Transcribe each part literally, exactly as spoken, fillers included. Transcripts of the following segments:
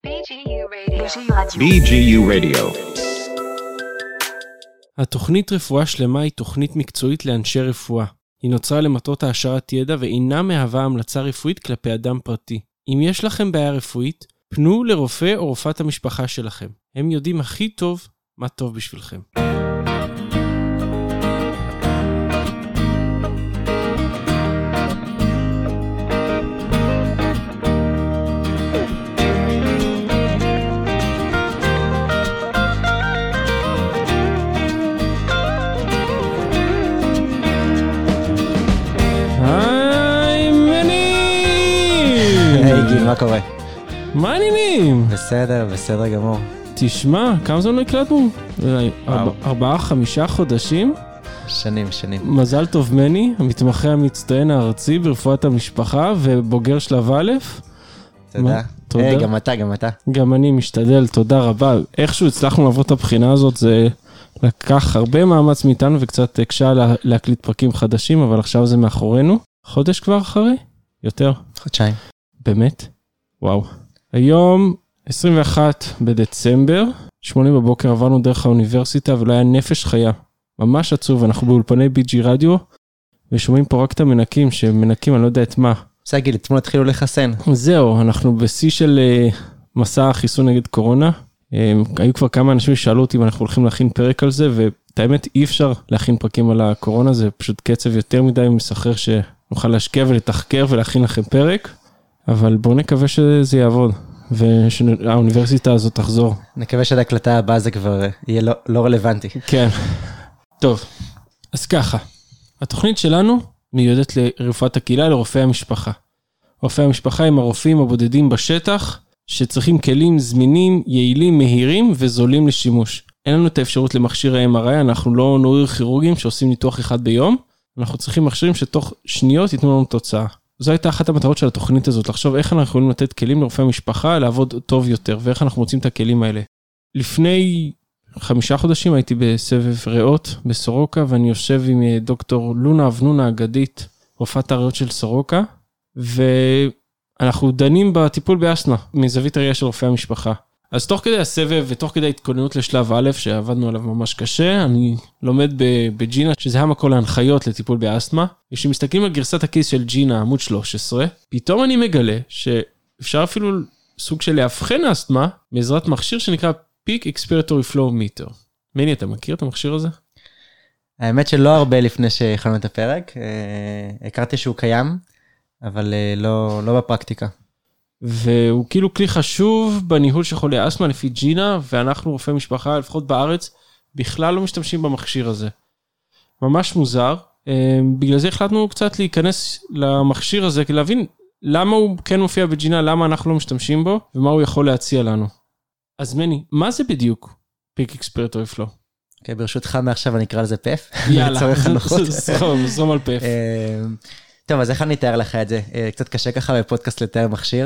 בי ג'י יו Radio. התוכנית רפואה שלמה היא תוכנית מקצועית לאנשי רפואה. היא נוצרה למטרות העשרת ידע ואינה מהווה המלצה רפואית כלפי אדם פרטי. אם יש לכם בעיה רפואית, פנו לרופא או רופאת המשפחה שלכם. הם יודעים הכי טוב מה טוב בשבילכם. מה קורה? מה העניינים? בסדר, בסדר גמור. תשמע, כמה זמן לא הקלטנו? ארבעה, חמישה חודשים? שנים, שנים. מזל טוב מני, המתמחה המצטיין הארצי ברפואת המשפחה ובוגר שלב א'. תודה. היי, גם אתה, גם אתה. גם אני משתדל, תודה רבה. איכשהו הצלחנו לעבור את הבחינה הזאת, זה לקח הרבה מאמץ מאיתנו וקצת הקשה להקליט פרקים חדשים, אבל עכשיו זה מאחורינו. חודש כבר אחרי? יותר? חודשיים. באמת? וואו. היום עשרים ואחד בדצמבר, שמונה בבוקר עברנו דרך האוניברסיטה, ולא היה נפש חיה. ממש עצוב, אנחנו באולפני בי ג'י רדיו, ושומעים פה רק את המנקים, שמנקים אני לא יודע את מה. בסדר גיל, אתמול התחילו לחסן. זהו, אנחנו בשיא של uh, מסע החיסון נגד קורונה. Um, היו כבר כמה אנשים ששאלו אותי אם אנחנו הולכים להכין פרק על זה, ואת האמת אי אפשר להכין פרקים על הקורונה, זה פשוט קצב יותר מדי מסחרר שנוכל להשקיע ולתחקר ולהכין לכם פרק. אבל בואו נקווה שזה יעבוד, ושהאוניברסיטה הזאת תחזור. נקווה שעד ההקלטה הבאה זה כבר יהיה לא, לא רלוונטי. כן. טוב, אז ככה, התוכנית שלנו מיועדת לרפואת הקהילה, לרופאי המשפחה. רופאי המשפחה הם הרופאים הבודדים בשטח, שצריכים כלים זמינים, יעילים, מהירים וזולים לשימוש. אין לנו את האפשרות למכשיר ה-אם אר איי, אנחנו לא נוירוכירורגים שעושים ניתוח אחד ביום, אנחנו צריכים מכשירים שתוך שניות ייתנו לנו תוצאה. זו הייתה אחת המטרות של התוכנית הזאת, לחשוב איך אנחנו יכולים לתת כלים לרופאי המשפחה, לעבוד טוב יותר, ואיך אנחנו מוצאים את הכלים האלה. לפני חמישה חודשים הייתי בסבב ריאות בסורוקה, ואני יושב עם דוקטור לונה אבנונה אגדית, רופאת הריאות של סורוקה, ואנחנו דנים בטיפול באסתמה, מזווית הראייה של רופאי המשפחה. אז תוך כדי הסבב ותוך כדי התכוננות לשלב א', שעבדנו עליו ממש קשה, אני לומד בג'ינה, שזה המקור להנחיות לטיפול באסתמה, וכשמסתכלים על גרסת הכיס של ג'ינה, עמוד שלוש עשרה, פתאום אני מגלה שאפשר אפילו סוג של להבחן אסתמה, בעזרת מכשיר שנקרא Peak Expiratory Flow Meter. מני, אתה מכיר את המכשיר הזה? האמת שלא הרבה לפני שהכנו את הפרק, הכרתי שהוא קיים, אבל לא, לא בפרקטיקה. והוא כאילו כלי חשוב בניהול של חולי אסתמה לפי ג'ינה, ואנחנו רופאי משפחה, לפחות בארץ, בכלל לא משתמשים במכשיר הזה. ממש מוזר. בגלל זה החלטנו קצת להיכנס למכשיר הזה, כדי להבין למה הוא כן מופיע בג'ינה, למה אנחנו לא משתמשים בו, ומה הוא יכול להציע לנו. אז מני, מה זה בדיוק Peak Expiratory Flow? אוקיי, ברשותך מעכשיו אני אקרא לזה פף. יאללה, זרום על פף. טוב, אז איך אני אתאר לך את זה? קצת קשה ככה בפודקאסט לתאר מכשיר.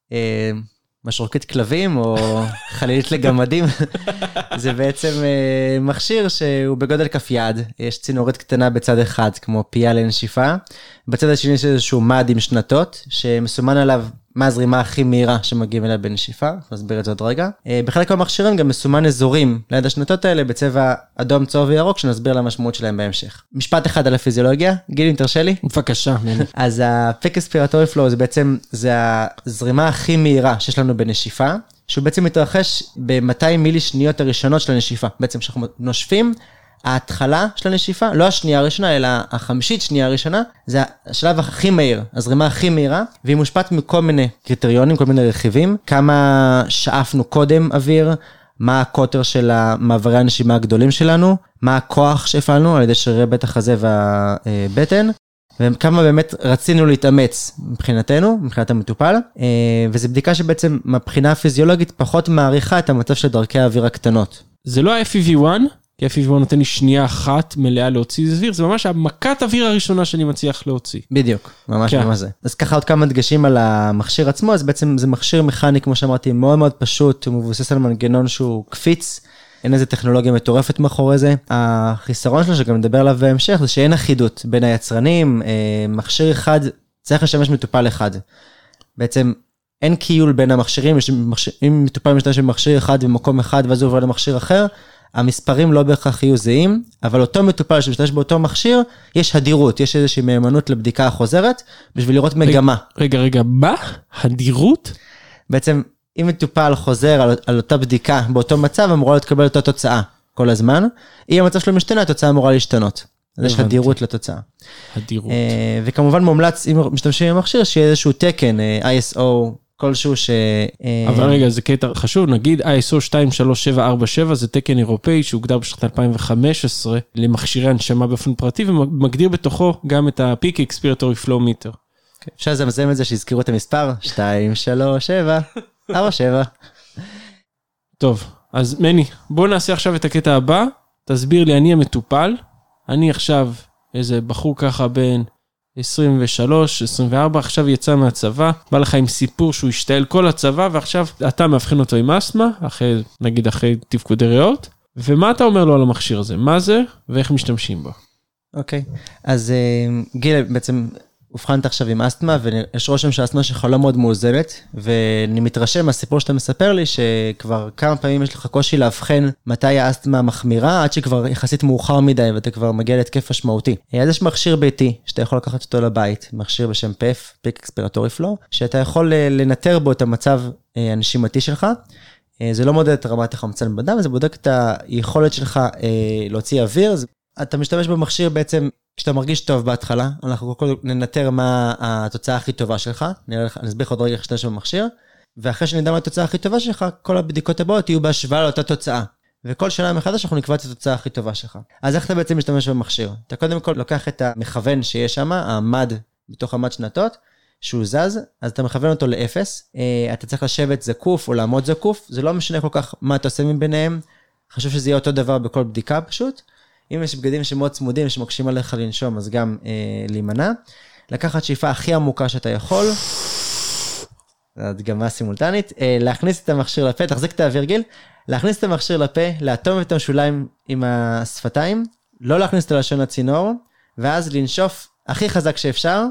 משרוקית כלבים או חלילית לגמדים. זה בעצם מכשיר שהוא בגודל כף יד. יש צינורית קטנה בצד אחד, כמו פייה לנשיפה. בצד השני יש איזשהו מד עם שנתות, שמסומן עליו מה הזרימה הכי מהירה שמגיעים אליה בנשיפה. נסביר את זה עוד רגע. בחלק מהמכשירים גם מסומן אזורים ליד השנתות האלה בצבע אדום, צהוב וירוק, שנסביר על המשמעות שלהם בהמשך. משפט אחד על הפיזיולוגיה. גיל, אם תרשה לי? בבקשה. אז ה-Peak Expiratory Flow זה בעצם, זה הזרימה הכי מהירה שיש לנו בנשיפה, שהוא בעצם מתרחש ב-מאתיים מילי שניות הראשונות של הנשיפה. בעצם כשאנחנו נושפים, ההתחלה של הנשיפה, לא השנייה הראשונה, אלא החמישית שנייה הראשונה, זה השלב הכי מהיר, הזרימה הכי מהירה, והיא מושפעת מכל מיני קריטריונים, כל מיני רכיבים, כמה שאפנו קודם אוויר, מה הקוטר של המעברי הנשימה הגדולים שלנו, מה הכוח שהפעלנו על ידי שרירי בית החזה והבטן, וכמה באמת רצינו להתאמץ מבחינתנו, מבחינת המטופל, וזו בדיקה שבעצם מבחינה פיזיולוגית פחות מעריכה את המצב של דרכי האוויר הקטנות. זה לא ה-אף אי וי אחת? כי ה-אף אי וי אחת נותן לי שנייה אחת מלאה להוציא אוויר, זה ממש המכת אוויר הראשונה שאני מצליח להוציא. בדיוק, ממש ממש זה. אז ככה עוד כמה דגשים על המכשיר עצמו, אז בעצם זה מכשיר מכני, כמו שאמרתי, מאוד מאוד פשוט, הוא מבוסס על מנגנון שהוא קפיץ, אין איזה טכנולוגיה מטורפת מאחורי זה. החיסרון שלו, שגם נדבר עליו בהמשך, זה שאין אחידות בין היצרנים, מכשיר אחד צריך לשמש מטופל אחד. בעצם אין קיול בין המכשירים, אם מטופל משתמש במכשיר אחד במקום אחד, ואז הוא עובר למכשיר אחר, המספרים לא בהכרח יהיו זהים, אבל אותו מטופל שמשתמש באותו מכשיר, יש הדירות, יש איזושהי מהימנות לבדיקה החוזרת, בשביל לראות מגמה. רגע, רגע, מה? הדירות? בעצם, אם מטופל חוזר על, על אותה בדיקה, באותו מצב, אמורה להתקבל אותה תוצאה כל הזמן. אם המצב שלו משתנה, התוצאה אמורה להשתנות. אז יש הדירות לתוצאה. הדירות. וכמובן מומלץ, אם משתמשים במכשיר, שיהיה איזשהו תקן, איי אס או, כלשהו ש... אבל רגע, זה קטע חשוב, נגיד איי אס או שתיים שלוש שבע ארבע שבע, זה תקן אירופאי שהוגדר בשנת אלפיים וחמש עשרה למכשירי הנשמה באופן פרטי, ומגדיר בתוכו גם את ה-Peak Expiratory Flow Meter. אפשר לזמזם את זה שיזכרו את המספר, שתיים שלוש שבע ארבע שבע. טוב, אז מני, בוא נעשה עכשיו את הקטע הבא, תסביר לי, אני המטופל, אני עכשיו איזה בחור ככה בין עשרים ושלוש, עשרים וארבע, עכשיו יצא מהצבא, בא לך עם סיפור שהוא השתעל כל הצבא, ועכשיו אתה מאבחן אותו עם אסתמה, אחרי, נגיד אחרי תפקודי ריאות, ומה אתה אומר לו על המכשיר הזה? מה זה, ואיך משתמשים בו? אוקיי, אז גיל בעצם הובחנת עכשיו עם אסתמה, ויש רושם שהאסתמה שלך לא מאוד מאוזנת, ואני מתרשם מהסיפור שאתה מספר לי, שכבר כמה פעמים יש לך קושי להבחן מתי האסתמה מחמירה, עד שכבר יחסית מאוחר מדי, ואתה כבר מגיע להתקף משמעותי. אז יש מכשיר ביתי, שאתה יכול לקחת אותו לבית, מכשיר בשם פי אף, Peak Expiratory Flow, שאתה יכול לנטר בו את המצב הנשימתי שלך. זה לא מודד את רמת החמצן בדם, זה בודק את היכולת שלך להוציא אוויר. אתה משתמש במכשיר בעצם, כשאתה מרגיש טוב בהתחלה, אנחנו קודם כל ננטר מה התוצאה הכי טובה שלך, נראה לך, נסביר עוד רגע איך שאתה במכשיר, ואחרי שנדע מה התוצאה הכי טובה שלך, כל הבדיקות הבאות יהיו בהשוואה לאותה תוצאה. וכל שנה מחדש אנחנו נקבע את התוצאה הכי טובה שלך. אז איך אתה בעצם משתמש במכשיר? אתה קודם כל לוקח את המכוון שיש שם, המד בתוך המד שנתות, שהוא זז, אז אתה מכוון אותו לאפס, אתה צריך לשבת זקוף או לעמוד זקוף, זה לא משנה כל כך מה אתה עושה מביניהם, חשוב שזה יהיה אותו דבר בכל בדיקה פשוט. אם יש בגדים שמאוד צמודים, שמקשים עליך לנשום, אז גם אה, להימנע. לקחת שאיפה הכי עמוקה שאתה יכול, זו הדגמה סימולטנית, אה, להכניס את המכשיר לפה, תחזיק את האוויר גיל, להכניס את המכשיר לפה, לאטום את המשוליים עם השפתיים, לא להכניס את הלשון לצינור, ואז לנשוף הכי חזק שאפשר.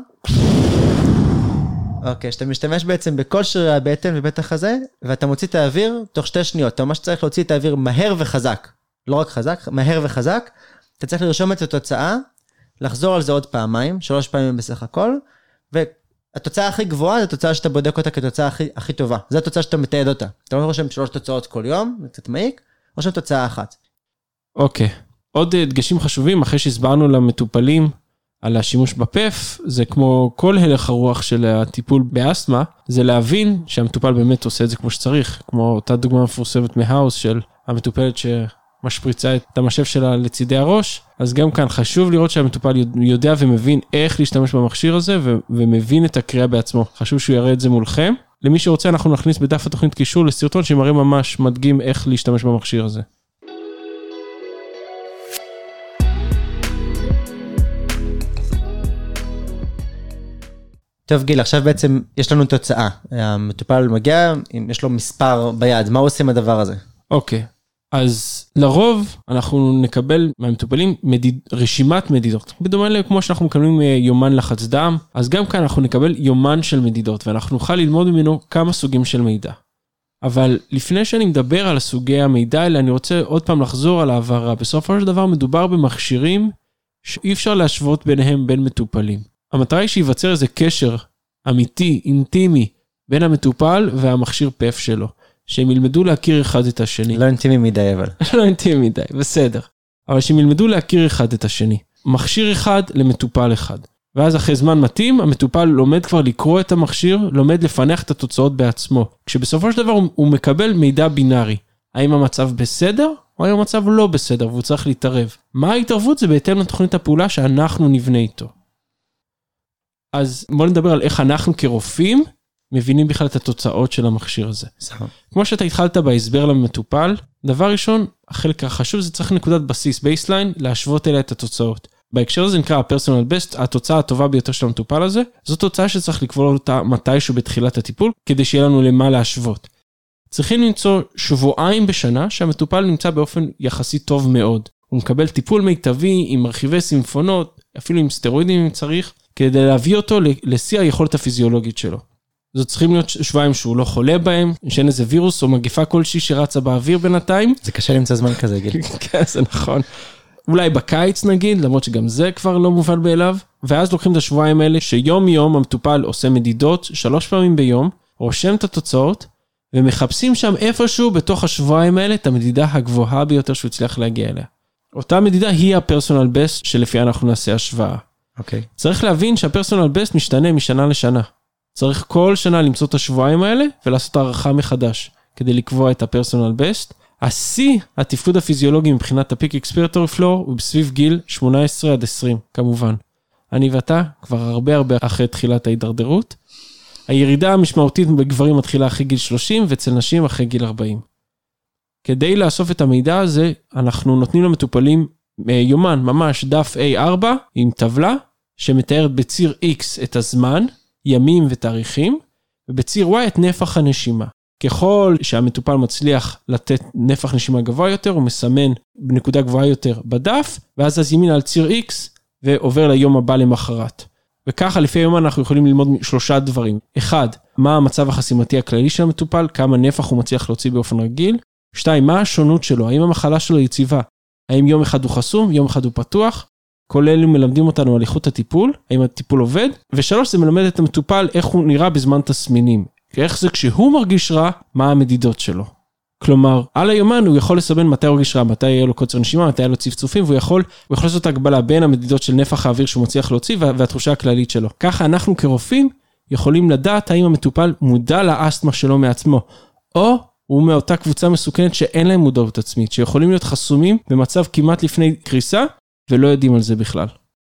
אוקיי, שאתה משתמש בעצם בכל שרירי הבטן ובית החזה, ואתה מוציא את האוויר תוך שתי שניות, אתה ממש צריך להוציא את האוויר מהר וחזק. לא רק חזק, מהר וחזק, אתה צריך לרשום את התוצאה, לחזור על זה עוד פעמיים, שלוש פעמים בסך הכל, והתוצאה הכי גבוהה, זו התוצאה שאתה בודק אותה כתוצאה הכי, הכי טובה. זו התוצאה שאתה מתעד אותה. אתה לא רושם שלוש תוצאות כל יום, זה קצת מעיק, רושם תוצאה אחת. אוקיי. עוד דגשים חשובים, אחרי שהסברנו למטופלים על השימוש בפף, זה כמו כל הלך הרוח של הטיפול באסתמה, זה להבין שהמטופל באמת עושה את זה כמו שצריך, כמו אותה דוגמה מפורסמת מהאוס של המטופלת ש... משפריצה את המשאף שלה לצידי הראש, אז גם כאן חשוב לראות שהמטופל יודע ומבין איך להשתמש במכשיר הזה, ו- ומבין את הקריאה בעצמו. חשוב שהוא יראה את זה מולכם. למי שרוצה, אנחנו נכניס בדף התוכנית קישור לסרטון שמראה ממש מדגים איך להשתמש במכשיר הזה. טוב גיל, עכשיו בעצם יש לנו תוצאה. המטופל מגיע, יש לו מספר ביד, מה עושים הדבר הזה? אוקיי. אז לרוב אנחנו נקבל מהמטופלים מדיד, רשימת מדידות. בדומה כמו שאנחנו מקבלים יומן לחץ דם, אז גם כאן אנחנו נקבל יומן של מדידות, ואנחנו נוכל ללמוד ממנו כמה סוגים של מידע. אבל לפני שאני מדבר על סוגי המידע האלה, אני רוצה עוד פעם לחזור על העברה. בסופו של דבר מדובר במכשירים שאי אפשר להשוות ביניהם בין מטופלים. המטרה היא שיווצר איזה קשר אמיתי, אינטימי, בין המטופל והמכשיר פף שלו. שהם ילמדו להכיר אחד את השני. לא אינטימי מדי, אבל. לא אינטימי מדי, בסדר. אבל שהם ילמדו להכיר אחד את השני. מכשיר אחד למטופל אחד. ואז אחרי זמן מתאים, המטופל לומד כבר לקרוא את המכשיר, לומד לפענח את התוצאות בעצמו. כשבסופו של דבר הוא, הוא מקבל מידע בינארי. האם המצב בסדר, או האם המצב לא בסדר, והוא צריך להתערב. מה ההתערבות? זה בהתאם לתוכנית הפעולה שאנחנו נבנה איתו. אז בואו נדבר על איך אנחנו כרופאים, מבינים בכלל את התוצאות של המכשיר הזה. סבבה. כמו שאתה התחלת בהסבר למטופל, דבר ראשון, החלק החשוב זה צריך נקודת בסיס, בייסליין, להשוות אליה את התוצאות. בהקשר הזה נקרא ה-personal best, התוצאה הטובה ביותר של המטופל הזה, זו תוצאה שצריך לקבול אותה מתישהו בתחילת הטיפול, כדי שיהיה לנו למה להשוות. צריכים למצוא שבועיים בשנה, שהמטופל נמצא באופן יחסית טוב מאוד. הוא מקבל טיפול מיטבי עם מרחיבי סימפונות, אפילו עם סטרואידים אם צריך, כדי להביא אותו לשיא היכולת הפיזיולוגית שלו. זאת צריכים להיות שבועיים שהוא לא חולה בהם, שאין איזה וירוס או מגיפה כלשהי שרצה באוויר בינתיים. זה קשה למצוא זמן כזה, גיל. כן, זה נכון. אולי בקיץ נגיד, למרות שגם זה כבר לא מובן באליו, ואז לוקחים את השבועיים האלה, שיום יום המטופל עושה מדידות, שלוש פעמים ביום, רושם את התוצאות, ומחפשים שם איפשהו בתוך השבועיים האלה, את המדידה הגבוהה ביותר שהוא הצליח להגיע אליה. אותה מדידה היא הפרסונל בסט, שלפי אנחנו נעשה השוואה. אוקיי. צריך להבין שהפרסונל בסט משתנה משנה לשנה. צריך כל שנה למצוא את השבועיים האלה, ולעשות הערכה מחדש, כדי לקבוע את הפרסונל בסט. השיא, התפקוד הפיזיולוגי מבחינת הפיק אקספירטורי פלור, הוא בסביב גיל שמונה עשרה עד עשרים, כמובן. אני ואתה כבר הרבה הרבה אחרי תחילת ההידרדרות. הירידה המשמעותית בגברים מתחילה אחרי גיל שלושים, ואצל נשים אחרי גיל ארבעים. כדי לאסוף את המידע הזה, אנחנו נותנים למטופלים יומן, ממש דף איי ארבע, עם טבלה, שמתארת בציר X את הזמן, ימים ותאריכים, ובציר Y את נפח הנשימה. ככל שהמטופל מצליח לתת נפח נשימה גבוה יותר, הוא מסמן בנקודה גבוהה יותר בדף, ואז אז ימין על ציר X, ועובר ליום הבא למחרת. וככה לפי היום אנחנו יכולים ללמוד שלושה דברים. אחד, מה המצב החסימתי הכללי של המטופל, כמה נפח הוא מצליח להוציא באופן רגיל. שתיים, מה השונות שלו, האם המחלה שלו יציבה, האם יום אחד הוא חסום, יום אחד הוא פתוח, כל אלו מלמדים אותנו על איכות הטיפול, האם הטיפול עובד, ושלוש, זה מלמד את המטופל איך הוא נראה בזמן תסמינים. איך זה כשהוא מרגיש רע, מה המדידות שלו. כלומר, על היומן הוא יכול לסמן מתי הוא מרגיש רע, מתי יהיה לו קוצר נשימה, מתי יהיה לו צפצופים, והוא יכול, הוא יכול לעשות הגבלה בין המדידות של נפח האוויר שהוא מצליח להוציא, והתחושה הכללית שלו. ככה אנחנו כרופאים יכולים לדעת האם המטופל מודע לאסתמה שלו מעצמו, או הוא מאותה קבוצה מסוכנת שאין להם מודעות עצמית, שיכולים להיות חסומים במצב כמעט לפני קריסה, ולא יודעים על זה בכלל.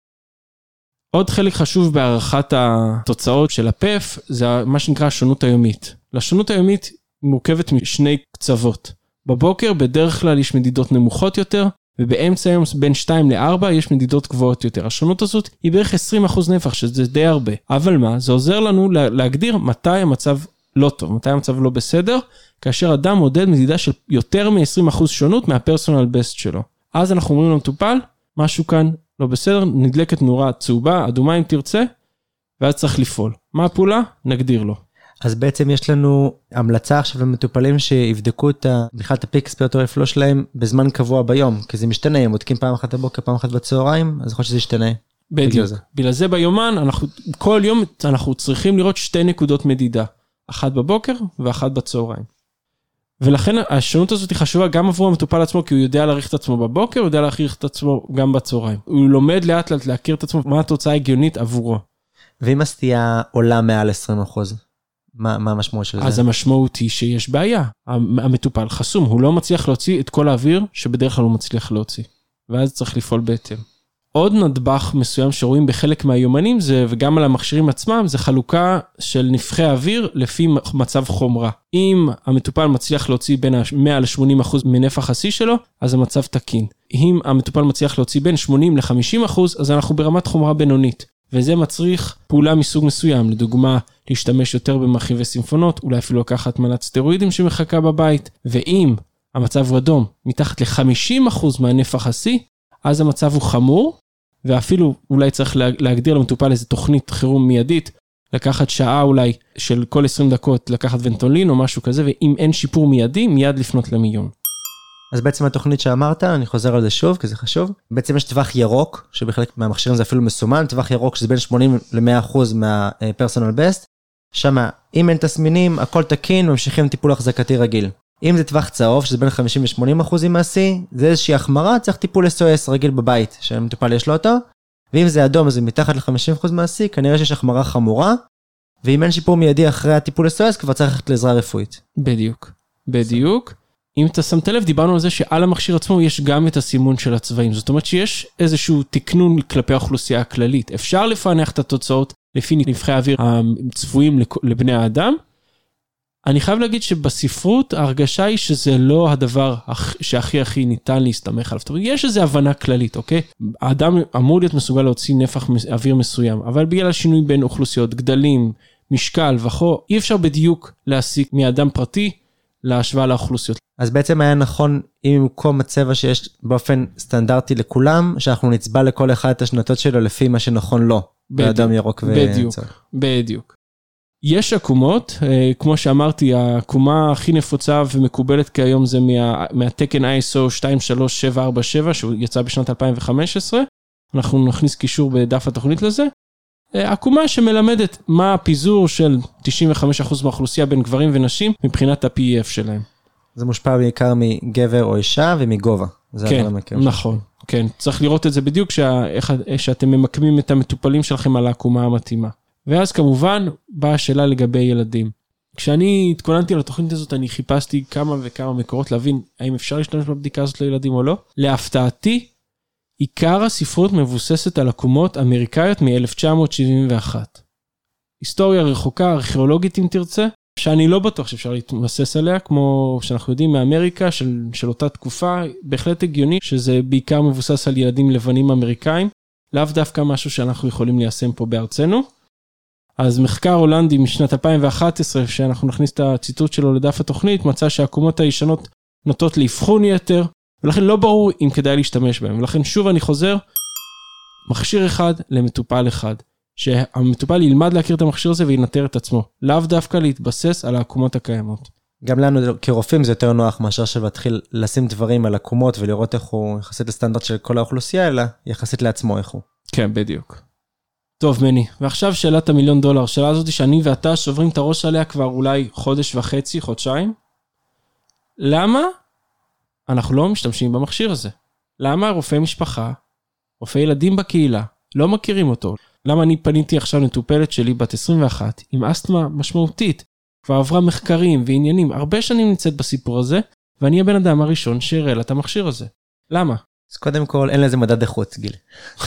עוד חלק חשוב בהערכת התוצאות של הפף, זה מה שנקרא השונות היומית. לשונות היומית מורכבת משני קצוות. בבוקר בדרך כלל יש מדידות נמוכות יותר, ובאמצע היום בין שתיים לארבע יש מדידות גבוהות יותר. השונות הזאת היא בערך עשרים אחוז נפח, שזה די הרבה. אבל מה? זה עוזר לנו להגדיר מתי המצב לא טוב, מתי המצב לא בסדר, כאשר אדם מודד מדידה של יותר מ-עשרים אחוז שונות מהפרסונל בסט שלו. אז אנחנו אומרים למטופל, משהו כאן לא בסדר, נדלקת נורה צהובה, אדומה אם תרצה, ואז צריך לפעול. מה הפעולה? נגדיר לו. אז בעצם יש לנו המלצה עכשיו למטופלים שיבדקו את בכלל את הפיק אקספירטורי פלו שלהם בזמן קבוע ביום, כי זה משתנה, הם בודקים פעם אחת בבוקר, פעם אחת בצהריים, אז יכול שזה ישתנה. בדיוק. בגלל זה ביומן, אנחנו, כל יום אנחנו צריכים לראות שתי נקודות מדידה, אחת בבוקר ואחת בצהריים. ולכן השונות הזאת היא חשובה גם עבור המטופל עצמו, כי הוא יודע להעריך את עצמו בבוקר, הוא יודע להעריך את עצמו גם בצהריים. הוא לומד לאט לאט להכיר את עצמו, מה התוצאה הגיונית עבורו. ואם הסטייה עולה מעל עשרים אחוז, מה, מה המשמעות של זה? אז המשמעות היא שיש בעיה. המטופל חסום, הוא לא מצליח להוציא את כל האוויר שבדרך כלל הוא מצליח להוציא. ואז צריך לפעול בהתאם. עוד נדבך מסוים שרואים בחלק מהיומנים, זה, וגם על המכשירים עצמם, זה חלוקה של נפחי האוויר לפי מצב חומרה. אם המטופל מצליח להוציא בין מאה ל-שמונים אחוז מנפח השיא שלו, אז המצב תקין. אם המטופל מצליח להוציא בין שמונים ל-חמישים אחוז, אז אנחנו ברמת חומרה בינונית. וזה מצריך פעולה מסוג מסוים, לדוגמה, להשתמש יותר במרחיבי סימפונות, אולי אפילו לקחת מנת סטרואידים שמחכה בבית, ואם המצב הוא אדום, מתחת ל-חמישים אחוז מהנפח השיא, אז המצב הוא חמור, ואפילו אולי צריך להגדיר למטופל איזו תוכנית חירום מיידית, לקחת שעה אולי של כל עשרים דקות, לקחת ונטולין או משהו כזה, ואם אין שיפור מיידי, מיד לפנות למיון. אז בעצם התוכנית שאמרת, אני חוזר על זה שוב, כי זה חשוב, בעצם יש טווח ירוק, שבחלק מהמכשירים זה אפילו מסומן, טווח ירוק שזה בין שמונים ל-מאה אחוז מהפרסונל בסט, שמה, אם אין תסמינים, הכל תקין, ממשיכים טיפול החזקתי רגיל. אם זה טווח צהוב, שזה בין חמישים ל-שמונים אחוזים מהשיא, זה איזושהי החמרה, צריך טיפול אס או אס רגיל בבית, שהמטופל יש לו אותו, ואם זה אדום, אז זה מתחת ל-חמישים אחוז מהשיא, כנראה שיש החמרה חמורה, ואם אין שיפור מיידי אחרי הטיפול אס או אס, כבר צריך ללכת לעזרה רפואית. בדיוק, בדיוק. אם אתה שמת לב, דיברנו על זה שעל המכשיר עצמו יש גם את הסימון של הצבעים. זאת אומרת שיש איזשהו תקנון כלפי האוכלוסייה הכללית. אפשר לפענח את התוצאות לפי נפחי האוויר הצפויים לבני האדם. אני חייב להגיד שבספרות ההרגשה היא שזה לא הדבר שהכי הכי ניתן להסתמך עליו. זאת אומרת, יש איזו הבנה כללית, אוקיי? האדם אמור להיות מסוגל להוציא נפח אוויר מסוים, אבל בגלל השינוי בין אוכלוסיות, גדלים, משקל וכו', אי אפשר בדיוק להסיק מאדם פרטי להשוואה לאוכלוסיות. אז בעצם היה נכון, אם במקום הצבע שיש באופן סטנדרטי לכולם, שאנחנו נצבע לכל אחד את השנתות שלו לפי מה שנכון לו. באדם ירוק וצהוב. בדיוק, בדיוק. יש עקומות, כמו שאמרתי, העקומה הכי נפוצה ומקובלת כיום זה מה, מהתקן איי אס או שתיים שלוש שבע ארבע שבע, שהוא יצא בשנת אלפיים וחמש עשרה, אנחנו נכניס קישור בדף התוכנית לזה, עקומה שמלמדת מה הפיזור של תשעים וחמישה אחוז מהאוכלוסייה בין גברים ונשים, מבחינת ה-פי אי אף שלהם. זה מושפע בעיקר מגבר או אישה ומגובה. כן, נכון, כן, צריך לראות את זה בדיוק, שאתם ממקמים את המטופלים שלכם על העקומה המתאימה. ואז כמובן באה השאלה לגבי ילדים. כשאני התכוננתי לתוכנית הזאת, אני חיפשתי כמה וכמה מקורות להבין האם אפשר להשתמש בבדיקה הזאת לילדים או לא. להפתעתי, עיקר הספרות מבוססת על עקומות אמריקאיות מ-אלף תשע מאות שבעים ואחת. היסטוריה רחוקה, ארכיאולוגית אם תרצה, שאני לא בטוח שאפשר להתמסס עליה, כמו שאנחנו יודעים מאמריקה של, של אותה תקופה, בהחלט הגיוני שזה בעיקר מבוסס על ילדים לבנים אמריקאים, לאו דווקא משהו שאנחנו יכולים ליישם פה בארצנו. אז מחקר הולנדי משנת אלפיים ואחת עשרה, שאנחנו נכניס את הציטוט שלו לדף התוכנית, מצא שהעקומות הישנות נוטות לאבחון יתר, ולכן לא ברור אם כדאי להשתמש בהם. ולכן שוב אני חוזר, מכשיר אחד למטופל אחד, שהמטופל ילמד להכיר את המכשיר הזה וינטר את עצמו, לאו דווקא להתבסס על העקומות הקיימות. גם לנו כרופאים זה יותר נוח מאשר שלהתחיל לשים דברים על עקומות ולראות איך הוא יחסית לסטנדרט של כל האוכלוסייה, אלא יחסית לעצמו איך הוא. כן, בדיוק. טוב מני, ועכשיו שאלת המיליון דולר, שאלה הזאת שאני ואתה שוברים את הראש עליה כבר אולי חודש וחצי, חודשיים. למה אנחנו לא משתמשים במכשיר הזה? למה רופאי משפחה, רופאי ילדים בקהילה, לא מכירים אותו? למה אני פניתי עכשיו לטופלת שלי בת עשרים ואחת עם אסתמה משמעותית, כבר עברה מחקרים ועניינים, הרבה שנים נמצאת בסיפור הזה, ואני הבן אדם הראשון שהראה לה את המכשיר הזה. למה? אז קודם כל, אין לזה מדד איכות, גיל.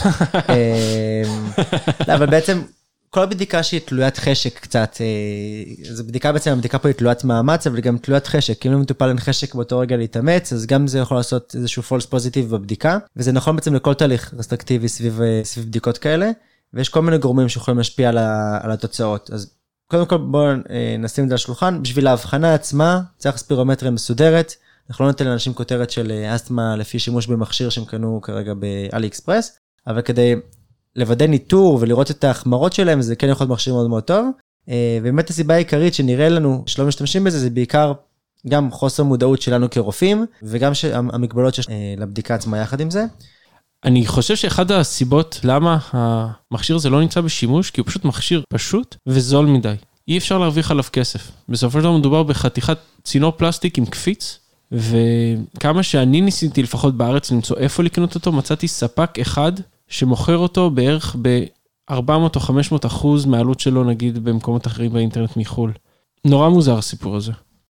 אבל בעצם, כל הבדיקה שהיא תלוית חשק קצת, זו בדיקה בעצם, הבדיקה פה היא תלוית מאמץ, אבל גם תלוית חשק. אם לא מטופל אין חשק באותו רגע להתאמץ, אז גם זה יכול לעשות איזשהו false positive בבדיקה, וזה נכון בעצם לכל תהליך רסטרקטיבי סביב, סביב בדיקות כאלה, ויש כל מיני גורמים שיכולים להשפיע על, על התוצאות. אז קודם כל בואו נשים את זה על השולחן, בשביל ההבחנה עצמה, צריך ספירומטריה מסודרת, אנחנו לא נותן לאנשים כותרת של אסתמה לפי שימוש במכשיר שהם קנו כרגע באלי אקספרס, אבל כדי לוודא ניטור ולראות את ההחמרות שלהם, זה כן יכול להיות מכשיר מאוד מאוד טוב, ובאמת הסיבה העיקרית שנראה לנו שלא משתמשים בזה, זה בעיקר גם חוסר מודעות שלנו כרופאים, וגם המגבלות שיש לבדיקה עצמה יחד עם זה. אני חושב שאחד הסיבות למה המכשיר הזה לא נמצא בשימוש, כי הוא פשוט מכשיר פשוט וזול מדי. אי אפשר להרוויח עליו כסף. בסופו של דבר מדובר בחתיכת צינור פלסטיק עם קפיץ, וכמה שאני ניסיתי לפחות בארץ למצוא איפה לקנות אותו, מצאתי ספק אחד שמוכר אותו בערך ב-ארבע מאות או חמש מאות אחוז מהעלות שלו, נגיד במקומות אחרים באינטרנט מחול. נורא מוזר הסיפור הזה.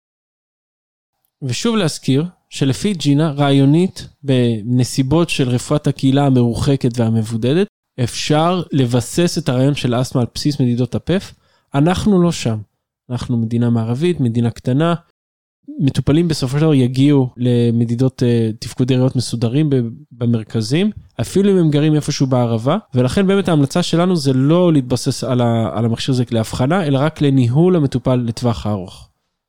ושוב להזכיר שלפי ג'ינה, רעיונית בנסיבות של רפואת הקהילה המרוחקת והמבודדת, אפשר לבסס את הרעיון של אסתמה על בסיס מדידות הפף. אנחנו לא שם. אנחנו מדינה מערבית, מדינה קטנה, מטופלים בסופו של דבר יגיעו למדידות תפקודי ריאות מסודרים במרכזים, אפילו אם הם גרים איפשהו בערבה, ולכן באמת ההמלצה שלנו זה לא להתבסס על, ה, על המכשיר הזה להבחנה, אלא רק לניהול המטופל לטווח הארוך.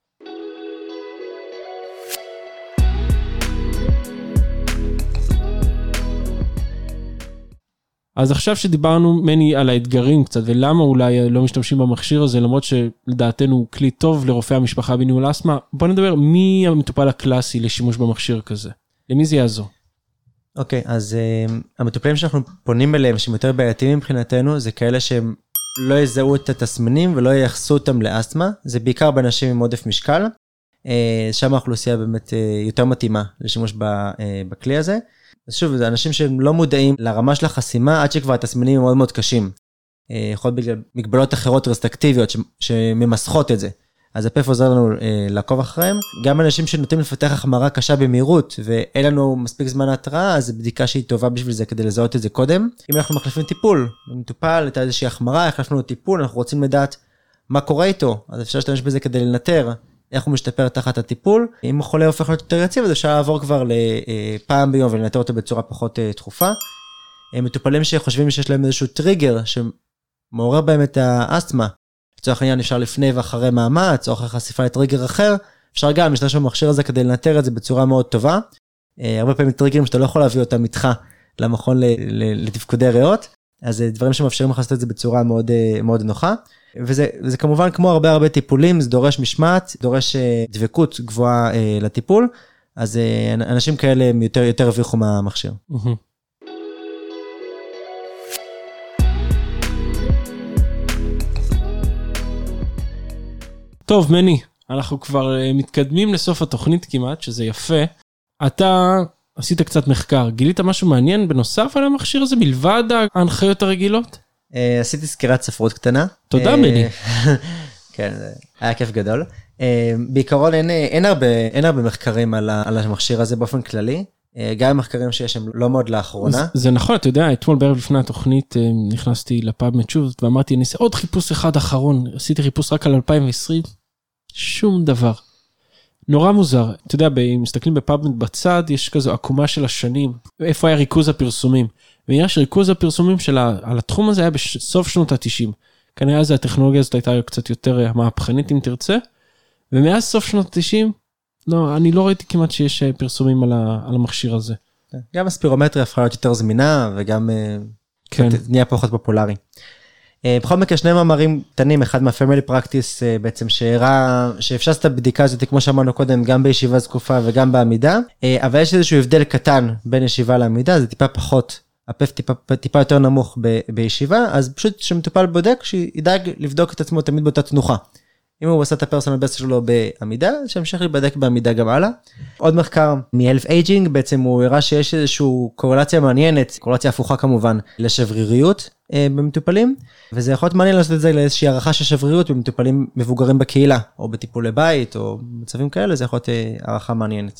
אז עכשיו שדיברנו מני על האתגרים קצת, ולמה אולי לא משתמשים במכשיר הזה, למרות שלדעתנו הוא כלי טוב לרופאי המשפחה בניהול אסתמה, בוא נדבר מי המטופל הקלאסי לשימוש במכשיר כזה. למי זה יעזור? אוקיי, okay, אז uh, המטופלים שאנחנו פונים אליהם, שהם יותר בעייתיים מבחינתנו, זה כאלה שהם לא יזהו את התסמינים ולא ייחסו אותם לאסתמה, זה בעיקר באנשים עם עודף משקל, uh, שם האוכלוסייה באמת uh, יותר מתאימה לשימוש ב, uh, בכלי הזה, אז שוב, זה אנשים שהם לא מודעים לרמה של החסימה, עד שכבר התסמינים הם מאוד מאוד קשים. יכול להיות בגלל מגבלות אחרות רסטרקטיביות שממסכות את זה. אז הפף עוזר לנו לעקוב אחריהם. גם אנשים שנוטים לפתח החמרה קשה במהירות, ואין לנו מספיק זמן התראה, אז זו בדיקה שהיא טובה בשביל זה, כדי לזהות את זה קודם. אם אנחנו מחליפים טיפול, מטופל, הייתה איזושהי החמרה, החלפנו טיפול, אנחנו רוצים לדעת מה קורה איתו, אז אפשר להשתמש בזה כדי לנטר איך הוא משתפר תחת הטיפול. אם החולה הופך להיות יותר יציב, אז אפשר לעבור כבר לפעם ביום ולנטר אותו בצורה פחות תכופה. מטופלים שחושבים שיש להם איזשהו טריגר שמעורר בהם את האסתמה, לצורך העניין אפשר לפני ואחרי מאמץ, או אחרי חשיפה לטריגר אחר, אפשר גם להשתמש במכשיר הזה כדי לנטר את זה בצורה מאוד טובה. הרבה פעמים טריגרים שאתה לא יכול להביא אותם איתך למכון לתפקודי ריאות, אז דברים שמאפשרים לך לעשות את זה בצורה מאוד, מאוד נוחה. וזה, וזה כמובן כמו הרבה הרבה טיפולים, זה דורש משמעת, דורש דבקות גבוהה לטיפול, אז אנשים כאלה יותר, יותר הרוויחו מהמכשיר. טוב, מני, אנחנו כבר מתקדמים לסוף התוכנית כמעט, שזה יפה. אתה עשית קצת מחקר, גילית משהו מעניין בנוסף על המכשיר הזה, מלבד ההנחיות הרגילות? עשיתי סקירת ספרות קטנה. תודה, מני. כן, היה כיף גדול. בעיקרון אין, אין הרבה, אין הרבה מחקרים על, על המכשיר הזה באופן כללי, גם מחקרים שיש הם לא מאוד לאחרונה. זה, זה נכון, אתה יודע, אתמול בערב לפני התוכנית נכנסתי לפאבמד שוב, ואמרתי, אני אעשה עוד חיפוש אחד אחרון, עשיתי חיפוש רק על אלפיים ועשרים, שום דבר. נורא מוזר, אתה יודע, אם מסתכלים בפאבמד בצד, יש כזו עקומה של השנים, איפה היה ריכוז הפרסומים, ונראה שריכוז הפרסומים של על התחום הזה היה בסוף שנות ה-תשעים, כנראה אז הטכנולוגיה הזאת הייתה קצת יותר מהפכנית אם תרצה, ומאז סוף שנות ה-תשעים, לא, אני לא ראיתי כמעט שיש פרסומים על, ה, על המכשיר הזה. גם הספירומטריה הפכה להיות יותר זמינה, וגם כן. נהיה פחות פופולרי. בכל מקרה, שני מאמרים קטנים, אחד מה-Family Practice בעצם שהראה, שאפשר לעשות את הבדיקה הזאת, כמו שאמרנו קודם, גם בישיבה זקופה וגם בעמידה, אבל יש איזשהו הבדל קטן בין ישיבה לעמידה, זה טיפה פחות, הפף טיפה, טיפה יותר נמוך ב, בישיבה, אז פשוט שמטופל בודק, שידאג לבדוק את עצמו תמיד באותה תנוחה. אם הוא עושה את הפרסונל בסט שלו בעמידה, שהמשך להיבדק בעמידה גם הלאה. עוד מחקר מ-Health Aging, בעצם הוא הראה שיש איזושהי קורלציה מעניינת, קורלציה הפוכה כמובן, לשבריריות אה, במטופלים, וזה יכול להיות מעניין לעשות את זה לאיזושהי הערכה של שבריריות במטופלים מבוגרים בקהילה, או בטיפולי בית, או מצבים כאלה, זה יכול להיות אה, הערכה מעניינת.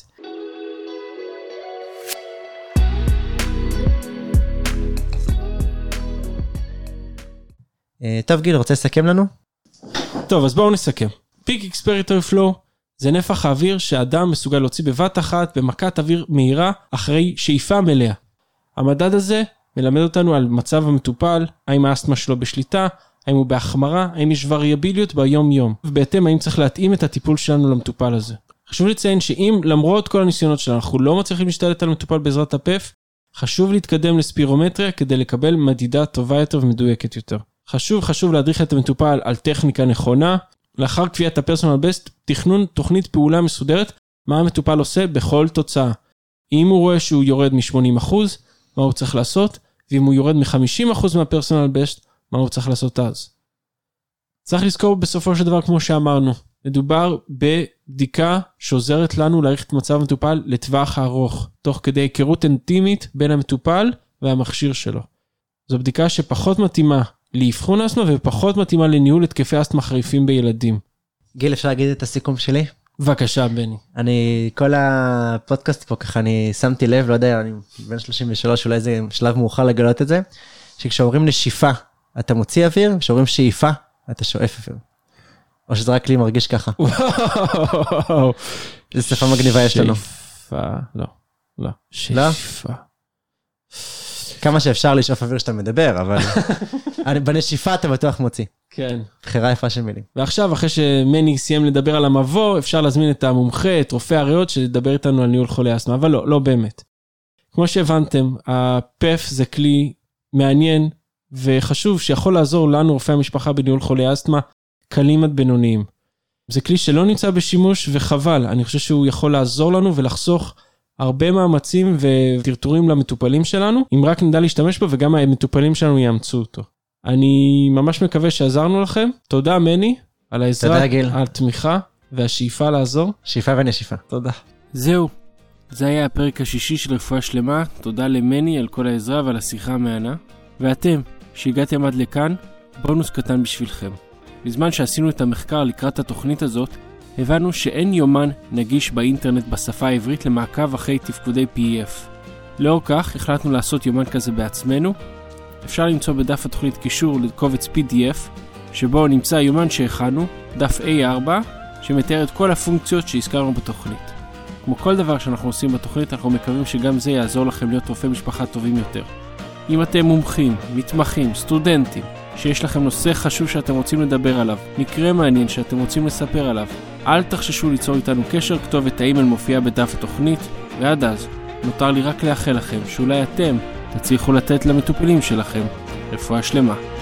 אה, טוב גיל, רוצה לסכם לנו? טוב, אז בואו נסכם. Peak Expiratory Flow זה נפח האוויר שהאדם מסוגל להוציא בבת אחת במכת אוויר מהירה אחרי שאיפה מלאה. המדד הזה מלמד אותנו על מצב המטופל, האם האסתמה שלו בשליטה, האם הוא בהחמרה, האם יש וריאביליות ביום יום, ובהתאם האם צריך להתאים את הטיפול שלנו למטופל הזה. חשוב לציין שאם למרות כל הניסיונות שלנו אנחנו לא מצליחים להשתלט על מטופל בעזרת הפף, חשוב להתקדם לספירומטריה כדי לקבל מדידה טובה יותר ומדויקת יותר. חשוב, חשוב להדריך את המטופל על טכניקה נכונה, לאחר קביעת הפרסונל בסט, תכנון תוכנית פעולה מסודרת, מה המטופל עושה בכל תוצאה. אם הוא רואה שהוא יורד מ-שמונים אחוז, מה הוא צריך לעשות, ואם הוא יורד מ-חמישים אחוז מהפרסונל בסט, מה הוא צריך לעשות אז. צריך לזכור בסופו של דבר, כמו שאמרנו, מדובר בבדיקה שעוזרת לנו להעריך את מצב המטופל לטווח הארוך, תוך כדי היכרות אינטימית בין המטופל והמכשיר שלו. זו בדיקה שפחות מתאימה לאבחון אסתמה ופחות מתאימה לניהול התקפי אסתמה חריפים בילדים. גיל, אפשר להגיד את הסיכום שלי? בבקשה, בני. אני, כל הפודקאסט פה ככה, אני שמתי לב, לא יודע, אני בן שלושים ושלוש, אולי זה שלב מאוחר לגלות את זה, שכשאומרים נשיפה, אתה מוציא אוויר, כשאומרים שאיפה, אתה שואף אוויר. או שזה רק לי מרגיש ככה. וואו. איזו שפה מגניבה יש לנו. שאיפה, לא, לא. שאיפה. כמה שאפשר לשאוף אוויר שאתה מדבר, אבל בנשיפה אתה בטוח מוציא. כן. בחירה יפה של מילים. ועכשיו, אחרי שמני סיים לדבר על המבוא, אפשר להזמין את המומחה, את רופא הריאות, שדבר איתנו על ניהול חולי אסתמה, אבל לא, לא באמת. כמו שהבנתם, הפף זה כלי מעניין, וחשוב שיכול לעזור לנו, רופאי המשפחה, בניהול חולי אסתמה, קלים עד בינוניים. זה כלי שלא נמצא בשימוש, וחבל. אני חושב שהוא יכול לעזור לנו ולחסוך הרבה מאמצים וטרטורים למטופלים שלנו, אם רק נדע להשתמש בו, וגם המטופלים שלנו יאמצו אותו. אני ממש מקווה שעזרנו לכם. תודה מני, על העזרה, על התמיכה, והשאיפה לעזור. שאיפה ונשיפה. תודה. זהו, זה היה הפרק השישי של רפואה שלמה. תודה למני על כל העזרה ועל השיחה המענה. ואתם, שהגעתם עד לכאן, בונוס קטן בשבילכם. בזמן שעשינו את המחקר לקראת התוכנית הזאת, הבנו שאין יומן נגיש באינטרנט בשפה העברית למעקב אחרי תפקודי פי אף. לאור כך, החלטנו לעשות יומן כזה בעצמנו. אפשר למצוא בדף התוכנית קישור לקובץ פי די אף, שבו נמצא יומן שהכנו, דף איי ארבע, שמתאר את כל הפונקציות שהזכרנו בתוכנית. כמו כל דבר שאנחנו עושים בתוכנית, אנחנו מקווים שגם זה יעזור לכם להיות רופאי משפחה טובים יותר. אם אתם מומחים, מתמחים, סטודנטים, שיש לכם נושא חשוב שאתם רוצים לדבר עליו, מקרה מעניין שאתם רוצים לספר עליו, אל תחששו ליצור איתנו קשר, כתובת האימייל מופיעה בדף התוכנית, ועד אז נותר לי רק לאחל לכם שאולי אתם תצליחו לתת למטופלים שלכם רפואה שלמה.